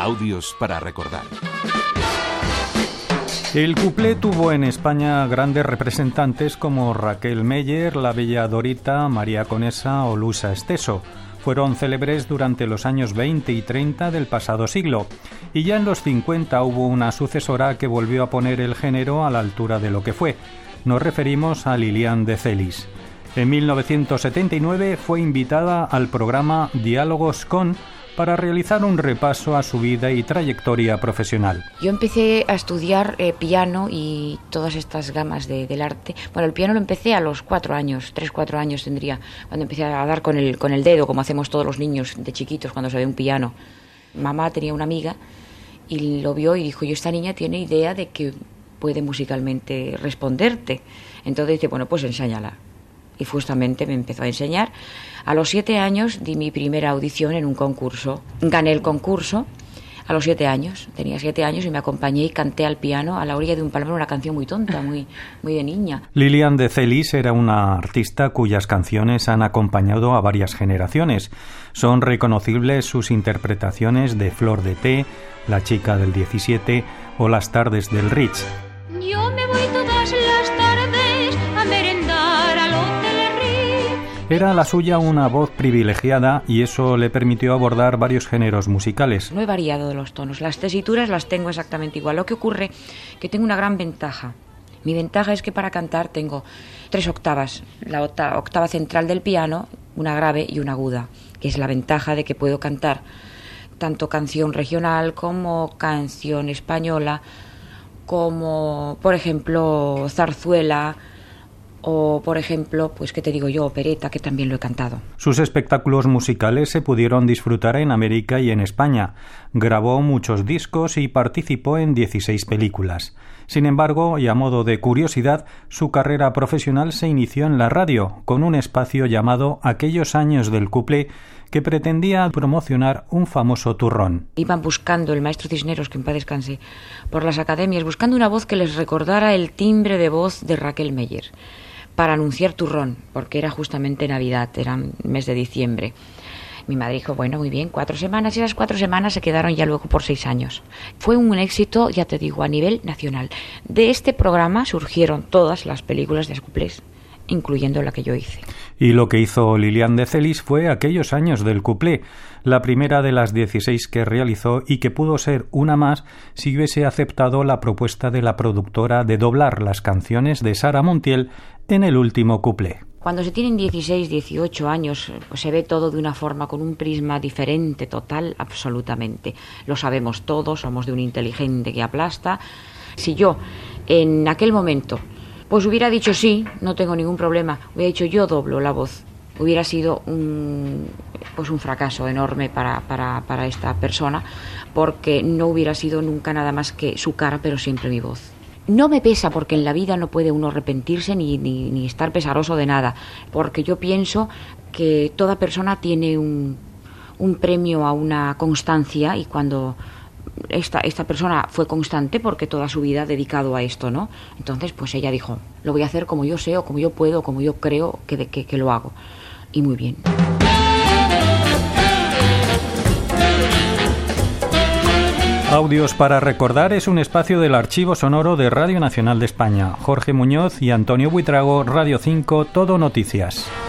Audios para recordar. El cuplé tuvo en España grandes representantes como Raquel Meller, la Bella Dorita, María Conesa o Luisa Esteso. Fueron célebres durante los años 20 y 30 del pasado siglo, y ya en los 50 hubo una sucesora que volvió a poner el género a la altura de lo que fue. Nos referimos a Lilian de Celis. En 1979 fue invitada al programa Diálogos con para realizar un repaso a su vida y trayectoria profesional. Yo empecé a estudiar piano y todas estas gamas del arte. Bueno, el piano lo empecé a los 4 años, 3-4 años tendría, cuando empecé a dar con el dedo, como hacemos todos los niños de chiquitos cuando se ve un piano. Mamá tenía una amiga y lo vio y dijo, esta niña tiene idea de que puede musicalmente responderte. Entonces dice, bueno, pues enséñala. Y justamente me empezó a enseñar. A los 7 años di mi primera audición en un concurso. Gané el concurso a los 7 años. Tenía 7 años y me acompañé y canté al piano a la orilla de un palmero, una canción muy tonta, muy de niña. Lilian de Celis era una artista cuyas canciones han acompañado a varias generaciones. Son reconocibles sus interpretaciones de Flor de Té, La chica del 17 o Las tardes del Ritz. Yo me voy todas las tardes a merendar al hotel Ritz. Era la suya una voz privilegiada y eso le permitió abordar varios géneros musicales. No he variado de los tonos, las tesituras las tengo exactamente igual. Lo que ocurre que tengo una gran ventaja. Mi ventaja es que para cantar tengo 3 octavas. La octava central del piano, una grave y una aguda, que es la ventaja de que puedo cantar tanto canción regional como canción española, como, por ejemplo, zarzuela o, por ejemplo, pues qué te digo yo, opereta, que también lo he cantado. Sus espectáculos musicales se pudieron disfrutar en América y en España. Grabó muchos discos y participó en 16 películas. Sin embargo, y a modo de curiosidad, su carrera profesional se inició en la radio, con un espacio llamado Aquellos años del cuplé, que pretendía promocionar un famoso turrón. Iban buscando, el maestro Cisneros, que en paz descanse, por las academias, buscando una voz que les recordara el timbre de voz de Raquel Meller, para anunciar turrón, porque era justamente Navidad, era el mes de diciembre. Mi madre dijo, bueno, muy bien, 4 semanas, y esas 4 semanas se quedaron ya luego por 6 años. Fue un éxito, ya te digo, a nivel nacional. De este programa surgieron todas las películas de cuplés, incluyendo la que yo hice. Y lo que hizo Lilian de Celis fue Aquellos años del cuplé, la primera de las 16 que realizó y que pudo ser una más si hubiese aceptado la propuesta de la productora de doblar las canciones de Sara Montiel en el último cuplé. Cuando se tienen 16, 18 años, pues se ve todo de una forma, con un prisma diferente, total, absolutamente. Lo sabemos todos, somos de un inteligente que aplasta. Si yo, en aquel momento, pues hubiera dicho sí, no tengo ningún problema, hubiera dicho yo doblo la voz, hubiera sido un fracaso enorme para esta persona, porque no hubiera sido nunca nada más que su cara, pero siempre mi voz. No me pesa, porque en la vida no puede uno arrepentirse ni estar pesaroso de nada, porque yo pienso que toda persona tiene un premio a una constancia, y cuando esta persona fue constante, porque toda su vida ha dedicado a esto, ¿no? Entonces, pues ella dijo, lo voy a hacer como yo sé, o como yo puedo, o como yo creo que lo hago. Y muy bien. Audios para recordar es un espacio del Archivo Sonoro de Radio Nacional de España. Jorge Muñoz y Antonio Buitrago, Radio 5, Todo Noticias.